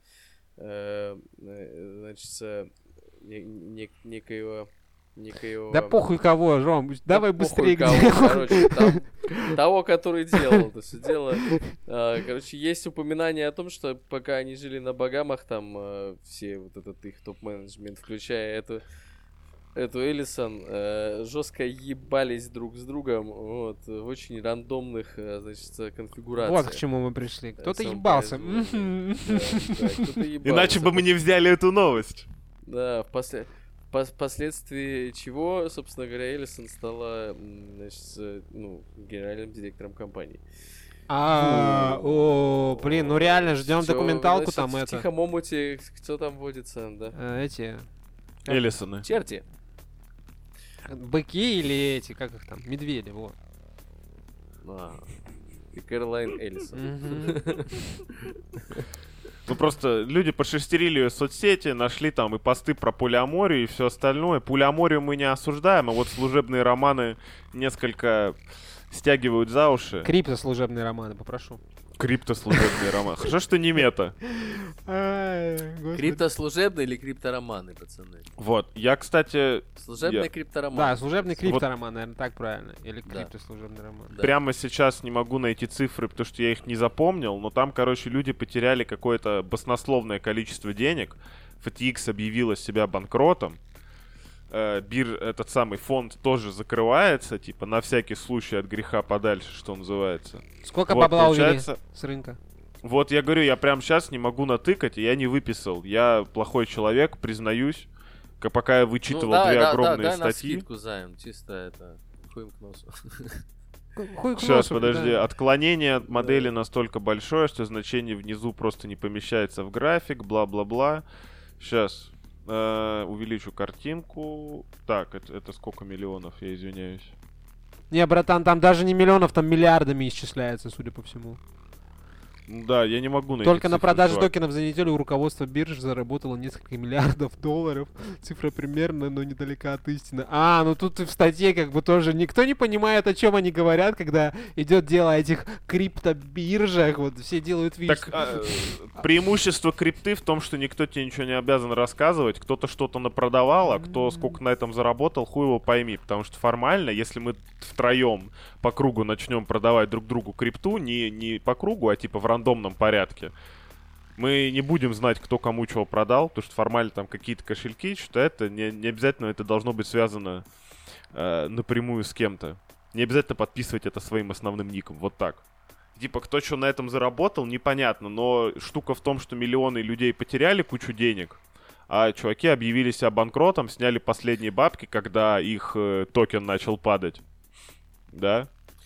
э, э, значит, э, не- не- некоего... некоего... Да похуй кого, Ром, Да давай похуй быстрее. кого, где- короче, там, того, который делал это все дело. А, короче, есть упоминание о том, что пока они жили на Багамах, там а, все вот этот их топ-менеджмент, включая эту эту Эллисон, э, жестко ебались друг с другом, вот, в очень рандомных, э, значит, конфигурациях. Вот к чему мы пришли. Кто-то Сам ебался. производный. Мгм. Да, да, кто-то ебался. Иначе бы мы не взяли эту новость. Да, после... пос- впоследствии чего, собственно говоря, Эллисон стала, м, значит, э, ну, генеральным директором компании. А, о, блин, ну реально ждем Всё, документалку значит, там в это. тихом омуте кто там водится, да? э, Эти Эллисоны. Черти. быки или эти, как их там, медведи, вот. А, и Кэролайн Эллисон. Мгм. Ну просто люди пошестерили ее соцсети, нашли там и посты про полиаморию и все остальное. Полиаморию мы не осуждаем, а вот служебные романы несколько стягивают за уши. Крипто-служебные романы, попрошу. Криптослужебные романы. Хорошо, что не мета. Криптослужебные или криптороманы, пацаны? Вот. Я, кстати, Служебные Я- криптороманы. Да, служебный Вот- криптороман, наверное, так правильно. Или Да. криптослужебный роман. Да. прямо сейчас не могу найти цифры, потому что я их не запомнил, но там, короче, люди потеряли какое-то баснословное количество денег. эф ти экс объявила себя банкротом. Э, Бир, этот самый фонд тоже закрывается, типа, на всякий случай от греха подальше, что называется. Сколько Вот, бабла увели получается, с рынка? Вот я говорю, я прямо сейчас не могу натыкать, и я не выписал. Я плохой человек, признаюсь. К- Пока я вычитывал Ну, давай, две да, да, огромные дай на статьи. скидку займ, чисто это, хуем к носу. Хуй к Сейчас, носу, подожди. да. Отклонение от модели настолько большое, что значение внизу просто не помещается в график, бла-бла-бла. Сейчас. Увеличу картинку. Так, это, это сколько миллионов, я извиняюсь. Не, братан, там даже не миллионов, там миллиардами исчисляется, судя по всему. Да, я не могу найти Только на цифру, продаже чувак. токенов за неделю руководство биржи заработало несколько миллиардов долларов. Цифра примерно, но недалека от истины. А, ну тут и в статье как бы тоже никто не понимает, о чем они говорят, когда идет дело о этих криптобиржах. Вот все делают вид, Так что- а, э, преимущество крипты в том, что никто тебе ничего не обязан рассказывать. Кто-то что-то напродавал, а кто сколько на этом заработал, хуй его пойми. Потому что формально, если мы втроем по кругу начнем продавать друг другу крипту, не, не по кругу, а типа в рандомном порядке, мы не будем знать, кто кому чего продал, потому что формально там какие-то кошельки, что это не, не обязательно это должно быть связано э, напрямую с кем-то. Не обязательно подписывать это своим основным ником. Вот так. Типа, кто что на этом заработал, непонятно, но штука в том, что миллионы людей потеряли кучу денег, а чуваки объявили себя банкротом, сняли последние бабки, когда их э, токен начал падать. Да?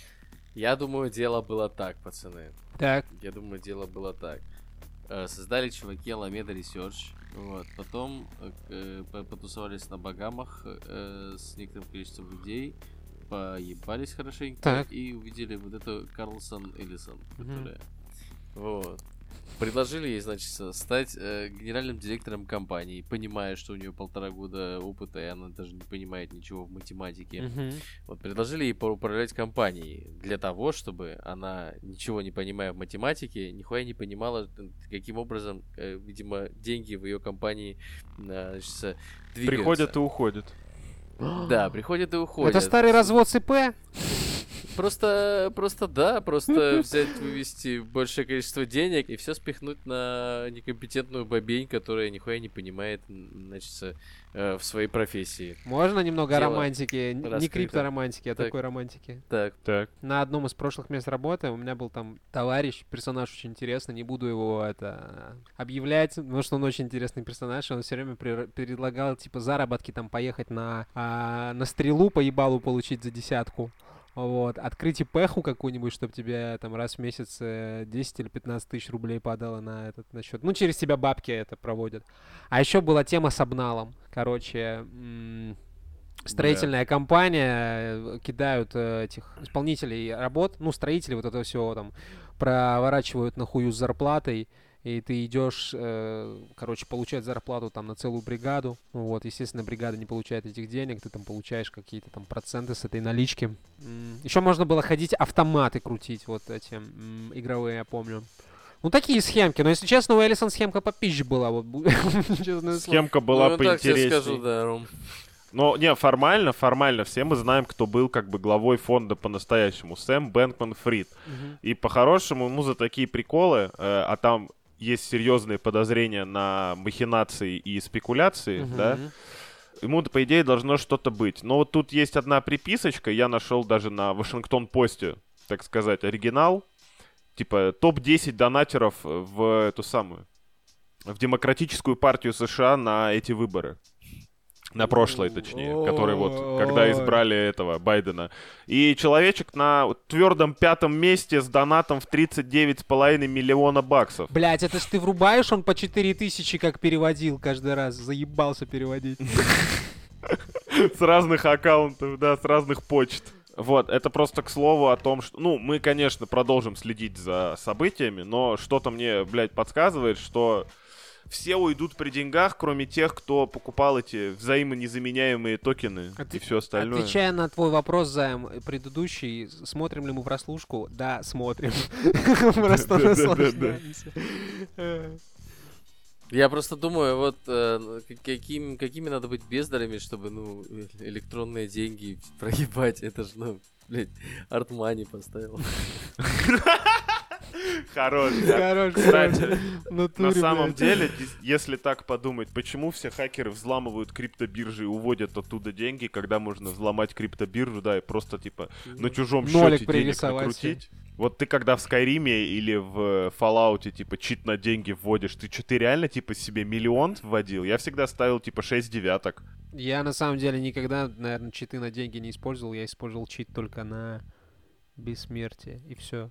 Я думаю, дело было так, пацаны. Так. Я думаю, дело было так. Э, Создали чуваки Alameda Research. Вот. Потом э, э, по- потусовались на Багамах э, с некоторым количеством людей. Поебались хорошенько. Так. И увидели вот эту Карлсон Эллисон, Мгм. которая... Вот. Предложили ей, значит, стать э, генеральным директором компании, понимая, что у нее полтора года опыта, и она даже не понимает ничего в математике. Мгм. Вот предложили ей поуправлять компанией для того, чтобы она, ничего не понимая в математике, нихуя не понимала, э, каким образом, э, видимо, деньги в ее компании э, значит, двигаются. Приходят и уходят. Да, приходят и уходят. Это старый развод с ИП? Просто, просто да, просто взять, вывести большее количество денег и все спихнуть на некомпетентную бабень, которая нихуя не понимает, м, значит, э, в своей профессии. Можно немного Дело романтики? Н- Не раскрыто. крипторомантики, а Так. такой романтики. Так, Так. На одном из прошлых мест работы у меня был там товарищ, персонаж очень интересный, не буду его это объявлять, потому что он очень интересный персонаж, и он все время прер- предлагал типа заработки там поехать на, а, на стрелу по ебалу получить за десятку. Вот, открыть ИПху какую-нибудь, чтобы тебе там раз в месяц э, десять или пятнадцать тысяч рублей падало на этот на счет. Ну, через тебя бабки это проводят. А еще была тема с обналом. Короче, м, строительная компания, э, кидают э, этих исполнителей работ, ну, строители вот это все там проворачивают на хую с зарплатой, и ты идешь, э, короче, получать зарплату там на целую бригаду. Вот, естественно, бригада не получает этих денег, ты там получаешь какие-то там проценты с этой налички. Еще можно было ходить автоматы крутить, вот эти м, игровые, я помню. Ну, такие схемки. Но, если честно, у Эллисон схемка попизже была. Вот, бу- честное слово. Схемка была ну, так тебе поинтереснее. скажу, да, Ром. Но, не, формально, формально все мы знаем, кто был как бы главой фонда по-настоящему. Сэм Бэнкман-Фрид. Мгм. И по-хорошему ему за такие приколы, э, а там есть серьезные подозрения на махинации и спекуляции, Мгм. да, ему, по идее, должно что-то быть. Но вот тут есть одна приписочка, я нашел даже на Вашингтон-Посте, так сказать, оригинал. Типа топ десять донатеров в эту самую, в Демократическую партию США на эти выборы. На прошлое, точнее, которые вот, когда Ой. избрали этого Байдена. И человечек на твердом пятом месте с донатом в тридцать девять с половиной миллиона баксов. Блять, это ж ты врубаешь, он по четыре тысячи как переводил каждый раз. Заебался переводить. С разных аккаунтов, да, с разных почт. Вот, это просто к слову о том, что... Ну, мы, конечно, продолжим следить за событиями, но что-то мне, блядь, подсказывает, что все уйдут при деньгах, кроме тех, кто покупал эти взаимонезаменяемые токены Отве- и все остальное. Отвечая на твой вопрос, Займ, предыдущий, с- смотрим ли мы прослушку? Да, смотрим. Просто Да-да-да-да. наслаждаемся. Э. Я просто думаю, вот э, к- каким, какими надо быть бездарями, чтобы, ну, э- электронные деньги проебать. Это же, ну, блядь, артмани поставил. Хорош, да. Хорош, Кстати, хорош. В натуре, На самом блядь. деле, дес- если так подумать, почему все хакеры взламывают криптобиржи и уводят оттуда деньги, когда можно взломать криптобиржу, да, и просто, типа, на чужом Нолик счете денег пририсовать накрутить? Вот ты когда в Скайриме или в Fallout, типа, чит на деньги вводишь, ты что, ты реально, типа, себе миллион вводил? Я всегда ставил, типа, шесть девяток. Я на самом деле никогда, наверное, читы на деньги не использовал. Я использовал чит только на бессмертие. И все.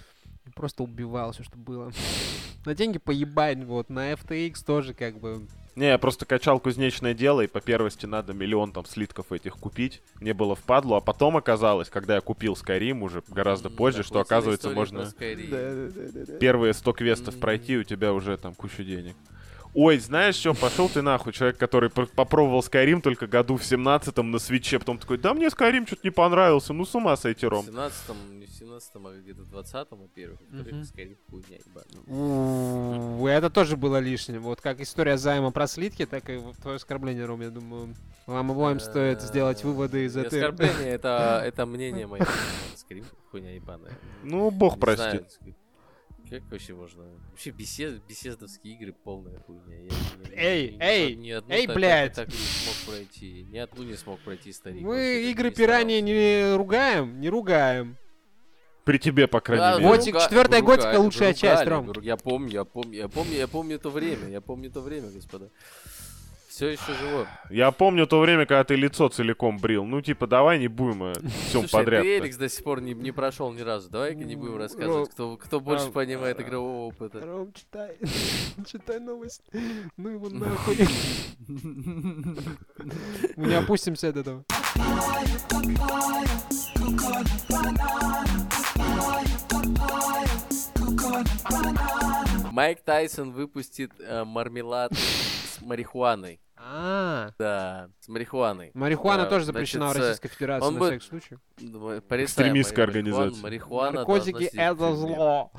Просто убивал все, что было. На деньги поебать, вот. На эф ти экс тоже как бы... Не, я просто качал кузнечное дело, и по первости надо миллион там слитков этих купить. Мне было впадло, а потом оказалось, когда я купил Skyrim уже гораздо позже, что оказывается можно первые сто квестов пройти, у тебя уже там куча денег. Ой, знаешь что, пошел ты нахуй, человек, который пр- попробовал Skyrim только году в семнадцатом на свитче, потом такой, да мне Skyrim что-то не понравился, ну с ума сойти, В Ром. семнадцатом, не в семнадцатом, а где-то в двадцатом, во-первых. Во-вторых, Мгм. Skyrim хуйня, ебаная. У, Это тоже было лишним. Вот как история займа про слитки, так и вот твое оскорбление, Ром, я думаю, вам обоим стоит сделать выводы из Не этой... оскорбление, это, это мнение мое. Skyrim хуйня ебаная. Ну, бог Не простит. знаю, как вообще можно? Вообще бесед, беседовские игры полная хуйня. Я, я- Эй, ни- эй, ни одну эй, так- блядь. Так, так не смог пройти. Ни одну не смог пройти старик. Мы вообще, как игры ни пираньи старался. не ругаем, не ругаем. При тебе, по крайней Да, мере. Вот вы руга- четвёртая вы готика ругали, лучшая вы часть, ругали, Ром. вы ру- Я помню, я помню, я помню, я помню то время, я помню то время, господа. Все еще живо. Я помню то время, когда ты лицо целиком брил. Ну, типа, давай не будем о всем Слушай, подряд. ты, Эликс, до сих пор не, не прошел ни разу. Давай-ка не будем рассказывать, кто, кто больше Ром, понимает а, игрового опыта. Ром, читай. Читай новость. Ну его нахуй. Мы не опустимся от этого. Майк Тайсон выпустит э, мармелад с марихуаной. А, Да, с марихуаной. марихуана Да, тоже значит, запрещена в э, Российской Федерации, он на бы- всякий случай. Давай, порицаем Экстремистская марихуану. организация. Марихуана Наркотики должна сидеть — это в тюрьме. зло.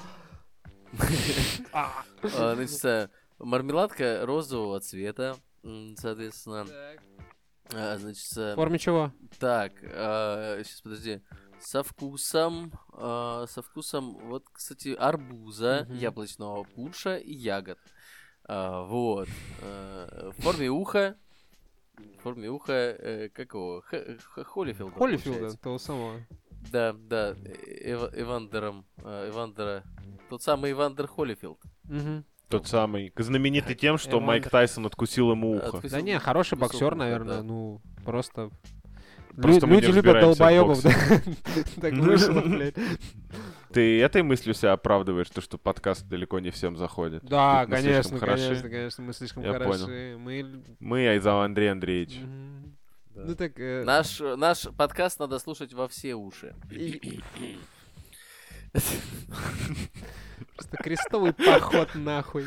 А. А, Значит, э, мармеладка розового цвета, м, соответственно. А, Значит, э, В форме чего? так, сейчас подожди. Со вкусом, а, со вкусом, вот, кстати, арбуза, Мгм. яблочного пунша и ягод. А, вот. А, В форме уха. В форме уха, э, как его? Х- Х- Холлифилда. Холлифилда, получается. того самого. Да, да, Эва- Эвандером, э, Эвандера. Тот самый Эвандер Холлифилд. Мгм. Тот самый. Знаменитый тем, что Эван- Майк Тайсон откусил ему ухо. Откусил Да не, хороший кусок боксер, уха, наверное, да. ну, просто... Просто Лю- мы не Люди любят разбираемся в долбоебов, да? боксе. Так вышло, блядь. Ты этой мыслью себя оправдываешь, то, что подкаст далеко не всем заходит? Да, Тут мы конечно, слишком хороши. конечно, конечно, мы слишком Я хороши. Мы... Мы, а из-за Андрей Андреевич. Мгм. Да. Ну так... э, Наш, наш подкаст надо слушать во все уши. и- Просто крестовый поход нахуй.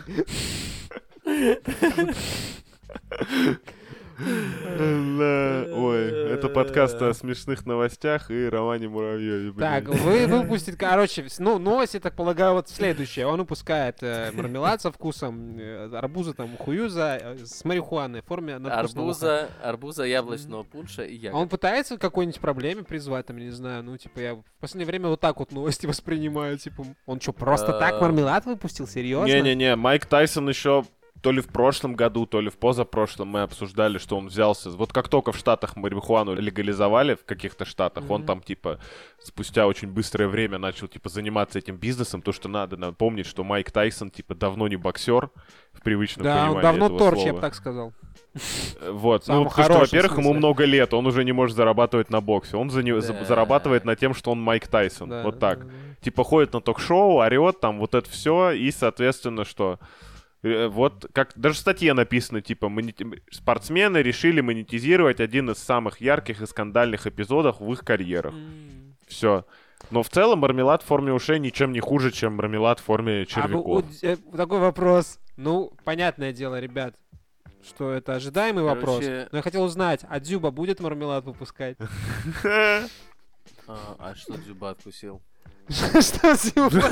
Да, ой, это подкаст о смешных новостях и Романе Муравьеве. Так, вы выпустите, короче, с- ну, новость, я так полагаю, вот следующая. Он выпускает э, мармелад со вкусом э, арбуза, там, хуюза э, с марихуаной в форме надкусного уха. Арбуза, арбуза, яблочного пунша и А ягод. он пытается к какой-нибудь проблеме призвать, там, я не знаю, ну, типа, я в последнее время вот так вот новости воспринимаю, типа, он что, просто так Э, мармелад выпустил? Серьезно? Не-не-не, Майк Тайсон еще то ли в прошлом году, то ли в позапрошлом мы обсуждали, что он взялся. Вот как только в Штатах марихуану легализовали, в каких-то штатах, он Мгм. там, типа, спустя очень быстрое время начал, типа, заниматься этим бизнесом. То, что надо напомнить, что Майк Тайсон, типа, давно не боксер, в привычном Да, понимании он давно этого торч, я слова. бы так сказал. Э, Вот, Самом ну, потому что, хорошем во-первых, ему смысле. много лет, он уже не может зарабатывать на боксе. Он за не- за- Да. зарабатывает на тем, что он Майк Тайсон. Да, вот да, так. да, да. Типа ходит на ток-шоу, орет, там вот это все, и, соответственно, что... э, Вот как даже в статье написано, типа, монети- спортсмены решили монетизировать один из самых ярких и скандальных эпизодов в их карьерах. М. Все. Но в целом мармелад в форме ушей ничем не хуже, чем мармелад в форме А вы- червяков. вот, э, такой вопрос. Ну, понятное дело, ребят, что это ожидаемый вопрос. Короче- Но я хотел узнать, а Дзюба будет мармелад выпускать? А, а что Дзюба откусил? Что Дзюба?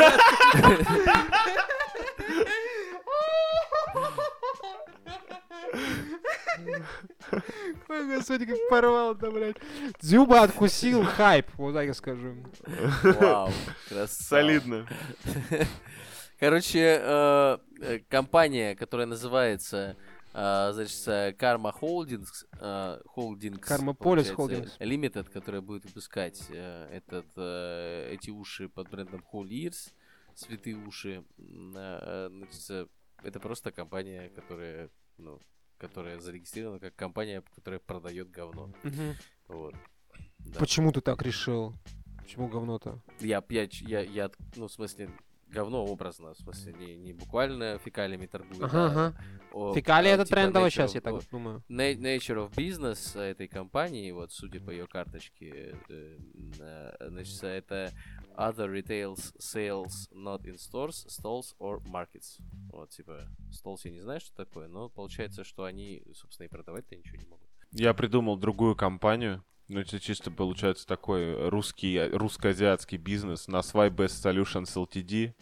Ой, господи, как порвал-то, блядь. Дзюба откусил хайп, вот так я скажу. Вау, красава. Солидно. Короче, э, э, компания, которая называется, э, значит, э, Karma Holdings, э, Holdings, Karma получается, Police Holdings. Limited, которая будет выпускать э, этот, э, эти уши под брендом Whole Ears, святые уши. М, э, значит, э, это просто компания, которая, ну, которая зарегистрирована как компания, которая продает говно. Вот. Да. Почему ты так решил? Почему говно-то? Я, я, я, я, ну, в смысле, говно образно, в смысле, не, не буквально фекалиями торгуют, Ага, а ага. о- Фекалия а, это типа трендово nature сейчас, of- я так о, думаю. na- nature of business этой компании, вот, судя по ее карточке, э, э, значит, это other retail sales not in stores, stalls or markets. Вот, типа, stalls я не знаю, что такое, но получается, что они, собственно, и продавать-то ничего не могут. Я придумал другую компанию. Ну, это чисто получается такой русский, русско-азиатский бизнес. Nasvai Best Solutions Ltd.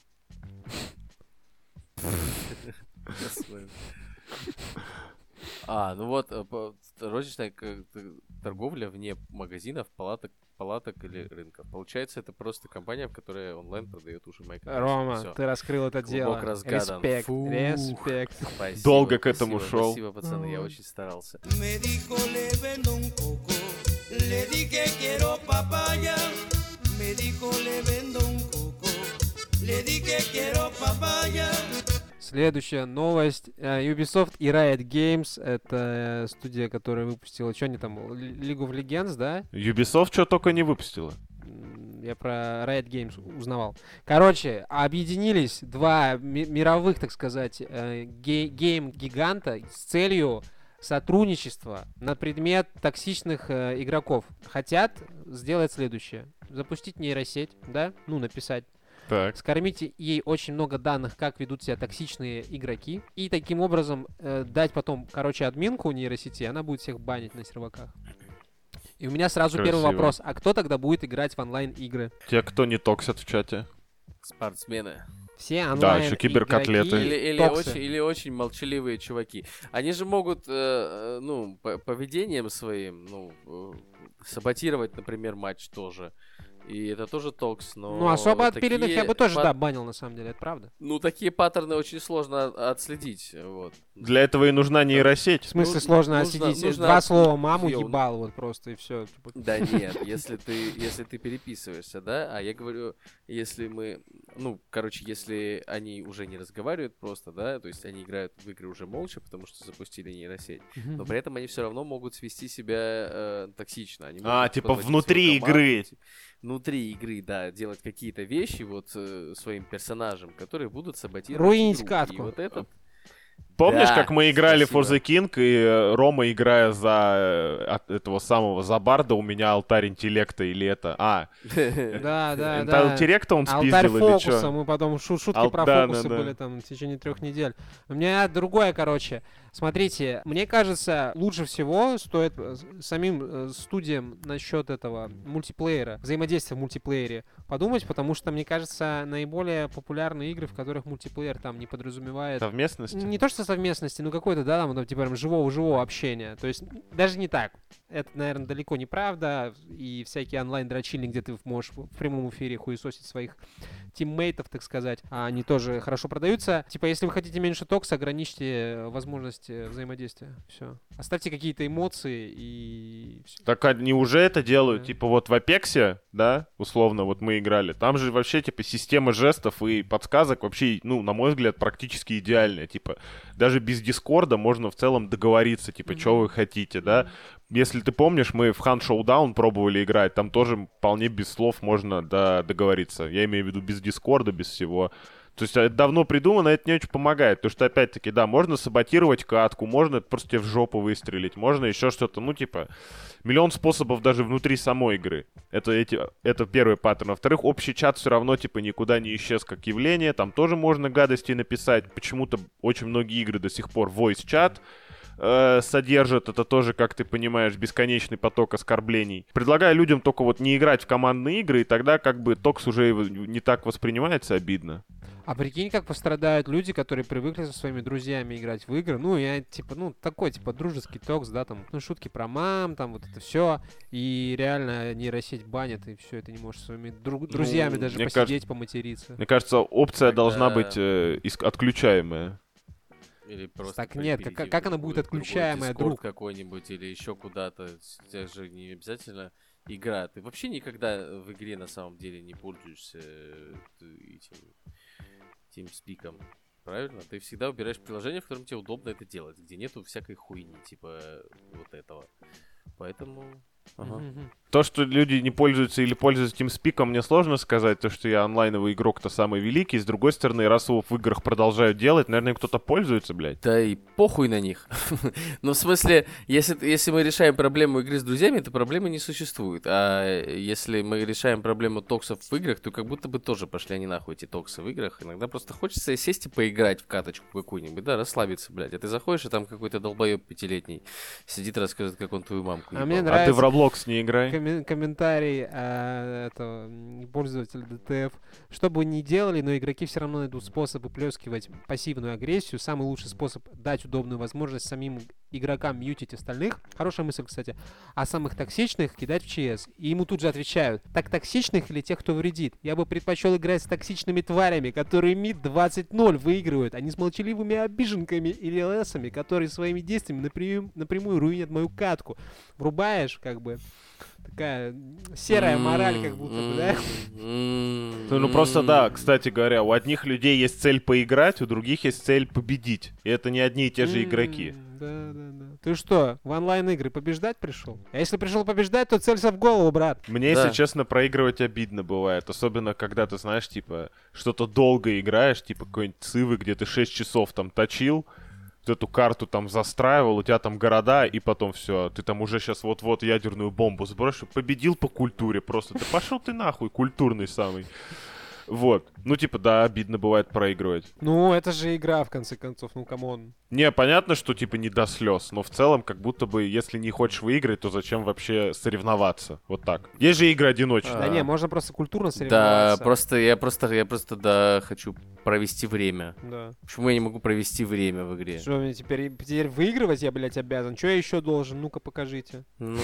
А, ну вот, э, по- розничная к- т- торговля вне магазинов, палаток, палаток или рынков. Получается, это просто компания, в которой онлайн продает уже майка. Рома, Всё. ты раскрыл это дело. Глубоко разгадан. Респект, Фух. респект. Спасибо, Долго к этому спасибо, шел. Спасибо, пацаны, я очень старался. Me dijo le vendo un coco, le dije quiero papaya. Me dijo le vendo un coco, le dije quiero papaya. Следующая новость. Э, Ubisoft и Riot Games. Это э, студия, которая выпустила... Что они там? Л- League of Legends, да? Ubisoft что только не выпустила. М, Я про Riot Games узнавал. Короче, объединились два ми- мировых, так сказать, э, ге- гейм-гиганта с целью сотрудничества на предмет токсичных э, игроков. Хотят сделать следующее. Запустить нейросеть, да? Ну, написать. Так. Скормите ей очень много данных, как ведут себя токсичные игроки. И таким образом э, дать потом, короче, админку нейросети, она будет всех банить на серваках. И у меня сразу первый Красиво. вопрос. А кто тогда будет играть в онлайн-игры? Те, кто не токсят в чате. Спортсмены. Все Да, онлайн еще киберкотлеты. игроки Или, или, токсы. очень, или очень молчаливые чуваки. Они же могут, э, э, ну, по- поведением своим, ну, э, саботировать, например, матч тоже. И это тоже токс, но... Ну, особо отпиленных я такие бы тоже, пат- да, банил, на самом деле, это правда. Ну, такие паттерны очень сложно от- отследить, вот. Для этого и нужна нейросеть. В смысле Ну, сложно нужно- отсидеть нужно два от- слова маму Йоу. ебал, вот просто, и все. Да нет, если ты, если ты переписываешься, да, а я говорю, если мы, ну, короче, если они уже не разговаривают просто, да, то есть они играют в игры уже молча, потому что запустили нейросеть, но при этом они все равно могут свести себя э, токсично. Они А, могут типа подводить внутри свою команду, игры. типа, внутри игры, да, делать какие-то вещи вот э, своим персонажам, которые будут саботировать Руинить игру. И катку. вот этот... Помнишь, Да, как мы играли в For спасибо. the King, и э, Рома, играя за э, от этого самого, за барда, у меня алтарь интеллекта или это... А, Да, да, алтарь да. интеллекта он Алтарь спиздил или фокуса, что? мы потом шу- шутки Ал- про да, фокусы да, да. были там в течение трех недель. У меня другое, короче. Смотрите, мне кажется, лучше всего стоит э, с- самим э, студиям насчет этого мультиплеера, взаимодействия в мультиплеере подумать, потому что, мне кажется, наиболее популярные игры, в которых мультиплеер там не подразумевает Совместности? не то что совместности, но какой-то, да, там, ну, типа, прям живого-живого общения. То есть, даже не так. Это, наверное, далеко не правда. И всякие онлайн-дрочильни, где ты можешь в прямом эфире хуесосить своих тиммейтов, так сказать, а они тоже хорошо продаются. Типа, если вы хотите меньше токса, ограничьте возможности взаимодействия. Все. Оставьте какие-то эмоции и... всё. Так они уже это делают. Да. Типа вот в Апексе, да, условно, вот мы играли. Там же вообще, типа, система жестов и подсказок вообще, ну, на мой взгляд, практически идеальная. Типа, даже без Дискорда можно в целом договориться, типа, что вы хотите, да. Если ты помнишь, мы в Hunt Showdown пробовали играть, там тоже вполне без слов можно да, договориться. Я имею в виду без Дискорда, без всего. То есть это давно придумано, это не очень помогает. Потому что, опять-таки, да, можно саботировать катку, можно просто тебе в жопу выстрелить, можно еще что-то, ну, типа, миллион способов даже внутри самой игры. Это, эти, это первый паттерн. Во-вторых, общий чат все равно, типа, никуда не исчез как явление. Там тоже можно гадости написать. Почему-то очень многие игры до сих пор voice-чат э, содержат. Это тоже, как ты понимаешь, бесконечный поток оскорблений. Предлагаю людям только вот не играть в командные игры, и тогда как бы токс уже не так воспринимается обидно. А прикинь, как пострадают люди, которые привыкли со своими друзьями играть в игры. Ну, я, типа, ну, такой, типа, дружеский токс, да, там, ну, шутки про мам, там, вот это все. И реально нейросеть банят, и все, это не можешь со своими дру- друзьями Ну, даже мне посидеть, кажется- поматериться. Мне кажется, опция Тогда- должна быть э, иск- отключаемая. Или просто Так пер- нет, перейти как- в как она другой- будет другой отключаемая, Discord друг? какой-нибудь или еще куда-то. Это же не обязательно игра. Ты вообще никогда в игре на самом деле не пользуешься э, этим TeamSpeak'ом. Правильно? Ты всегда выбираешь приложение, в котором тебе удобно это делать, где нету всякой хуйни, типа вот этого. Поэтому Ага. То, что люди не пользуются или пользуются TeamSpeak, мне сложно сказать, то, что я онлайновый игрок-то самый великий. С другой стороны, раз его в играх продолжают делать, наверное, кто-то пользуется, блядь. Да и похуй на них. Ну, в смысле, если, если мы решаем проблему игры с друзьями, то проблемы не существует. А если мы решаем проблему токсов в играх, то как будто бы тоже пошли они нахуй, эти токсы в играх. Иногда просто хочется сесть и поиграть в каточку какую-нибудь, да, расслабиться, блядь. А ты заходишь, и там какой-то долбоеб пятилетний сидит, рассказывает, как он твою мамку А ебал. мне А ты нравится в Roblox не играй. коммен- комментарий а, этого м, пользователя ди ти эф. Что бы ни делали, но игроки все равно найдут способ выплескивать пассивную агрессию. Самый лучший способ дать удобную возможность самим игрокам мьютить остальных. Хорошая мысль, кстати. А самых токсичных кидать в ЧС. И ему тут же отвечают: так токсичных или тех, кто вредит? Я бы предпочел играть с токсичными тварями, которые мид двадцать ноль выигрывают, а не с молчаливыми обиженками или лесами, которые своими действиями напрямую, напрямую руинят мою катку. Врубаешь, как бы, такая серая мораль, как будто бы, да? Ну, ну просто да, кстати говоря, у одних людей есть цель поиграть, у других есть цель победить. И это не одни и те же игроки. М, Да, да, да. Ты что, в онлайн-игры побеждать пришел? А если пришел побеждать, то целься в голову, брат. Мне, Да. если честно, проигрывать обидно бывает. Особенно, когда ты, знаешь, типа, что-то долго играешь, типа какой-нибудь Цивы, где ты шесть часов там точил, вот эту карту там застраивал, у тебя там города, и потом все, ты там уже сейчас вот-вот ядерную бомбу сбросишь, победил по культуре просто. Да пошел ты нахуй, культурный самый. Вот. Ну, типа, да, обидно бывает проигрывать. Ну, это же игра, в конце концов, ну, камон. Не, понятно, что, типа, не до слез, но в целом, как будто бы, если не хочешь выиграть, то зачем вообще соревноваться? Вот так. Есть же игры одиночные. Да А. не, можно просто культурно Да, соревноваться. просто я просто, я просто, да, хочу провести время. Да. Почему я не могу провести время в игре? Что, мне теперь, теперь выигрывать я, блядь, обязан? Что я еще должен? Ну-ка, покажите. Ну...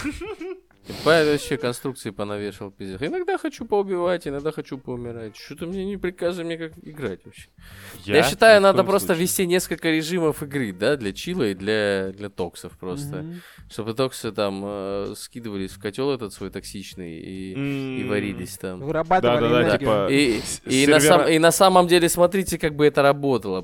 По вообще конструкции понавешал пиздец. Иногда хочу поубивать, иногда хочу поумирать. Что-то мне не приказывай мне как играть вообще. Я, считаю, Ни в надо коем просто случае. ввести несколько режимов игры, да, для чила и для, для токсов просто. Мгм. Чтобы токсы там э, скидывались в котел этот свой токсичный и, и М, варились там. Вырабатывали Да-да-да, энергию. типа- И, с- и, на сервера- сам- и на самом деле, смотрите, как бы это работало.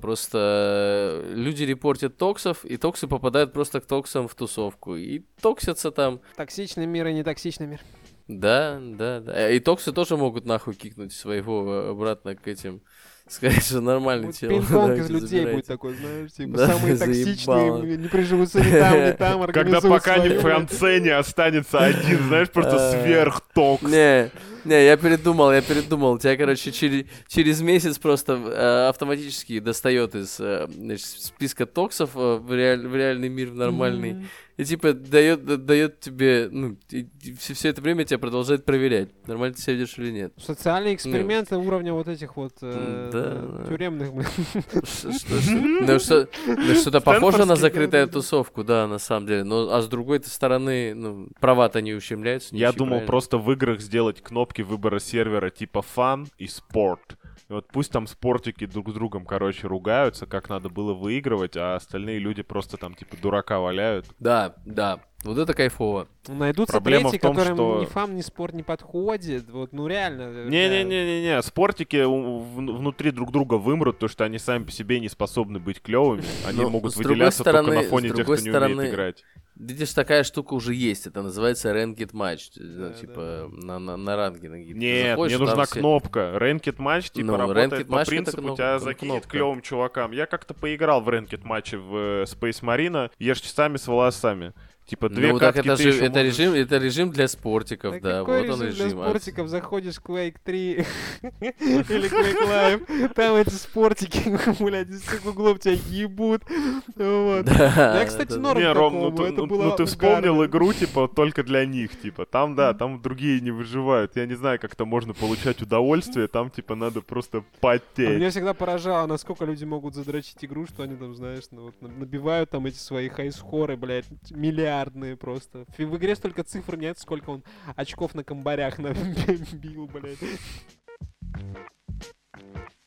Просто э, люди репортят токсов, и токсы попадают просто к токсам в тусовку. И токсятся там. Токсичный мир и нетоксичный мир. Да, да, да. И токсы тоже могут нахуй кикнуть своего э, обратно к этим. Сказать, что нормальный Вот чел. пинг-понг да, из людей забирайте. будет такой, знаешь, типа, Да, самые заебало. токсичные, не приживутся ни там, ни там, Когда организуют пока не свои. в конце не останется один, знаешь, просто Э, сверхтокс. Не, не, я передумал, я передумал. Тебя, короче, через, через месяц просто э, автоматически достает из э, значит, списка токсов э, в, реаль- в реальный мир, в нормальный. Мгм. И типа дает, да- дает тебе, ну, все, все это время тебя продолжает проверять, нормально ты себя ведешь или нет. Социальные эксперименты уровня вот этих вот э, Да. тюремных, блин. Ш- что- что- Ну, что- ну, что-то похоже на Стэнфордский, закрытую да-да-да. тусовку, да, на самом деле. Но, а с другой стороны, ну, права-то не ущемляются. Я ничего, думал правильно? просто в играх сделать кнопки выбора сервера типа фан и спорт. И вот пусть там спортики друг с другом, короче, ругаются, как надо было выигрывать, а остальные люди просто там типа дурака валяют. Да, да. Вот это кайфово. Найдутся Проблема третьи, в том, которым что- ни фам, ни спорт не подходит. Вот, ну реально. э, да. Не-не-не-не-не, спортики у- в- внутри друг друга вымрут, потому что они сами по себе не способны быть клевыми. Они Но могут с другой выделяться только стороны- на фоне с тех, кто другой не стороны, умеет играть. Видишь, такая штука уже есть. Это называется ranked match. Ну, Да, типа на, на, на ранге. на какие-то. Ты Нет, заходишь, мне там нужна все- кнопка. Ranked матч, типа, Ну, работает ranked по match — это принципу, кнопка, тебя там закинет кнопка. клевым чувакам. Я как-то поиграл в ranked матче в э, Space Marine, ешь часами с волосами. Типа, две Ну, так катки это ты же еще это можешь- режим, это режим для спортиков, Да да. какой Вот он режим для режим. А спортиков? Заходишь в Quake три или Quake Live, там эти спортики, блядь, из всех углов тебя ебут. Вот. Да, Я, кстати, это- норм Не, Ром, ну, такому, ты, это ну, было ну, ты вспомнил угарно. игру, типа, только для них, типа. Там, да, там другие не выживают. Я не знаю, как-то можно получать удовольствие, там, типа, надо просто А потеть. Меня всегда поражало, насколько люди могут задрочить игру, что они там, знаешь, ну, вот, на- набивают там эти свои хайскоры, блядь, миллиардные просто. В, в игре столько цифр нет, сколько он очков на комбарях набил, блядь.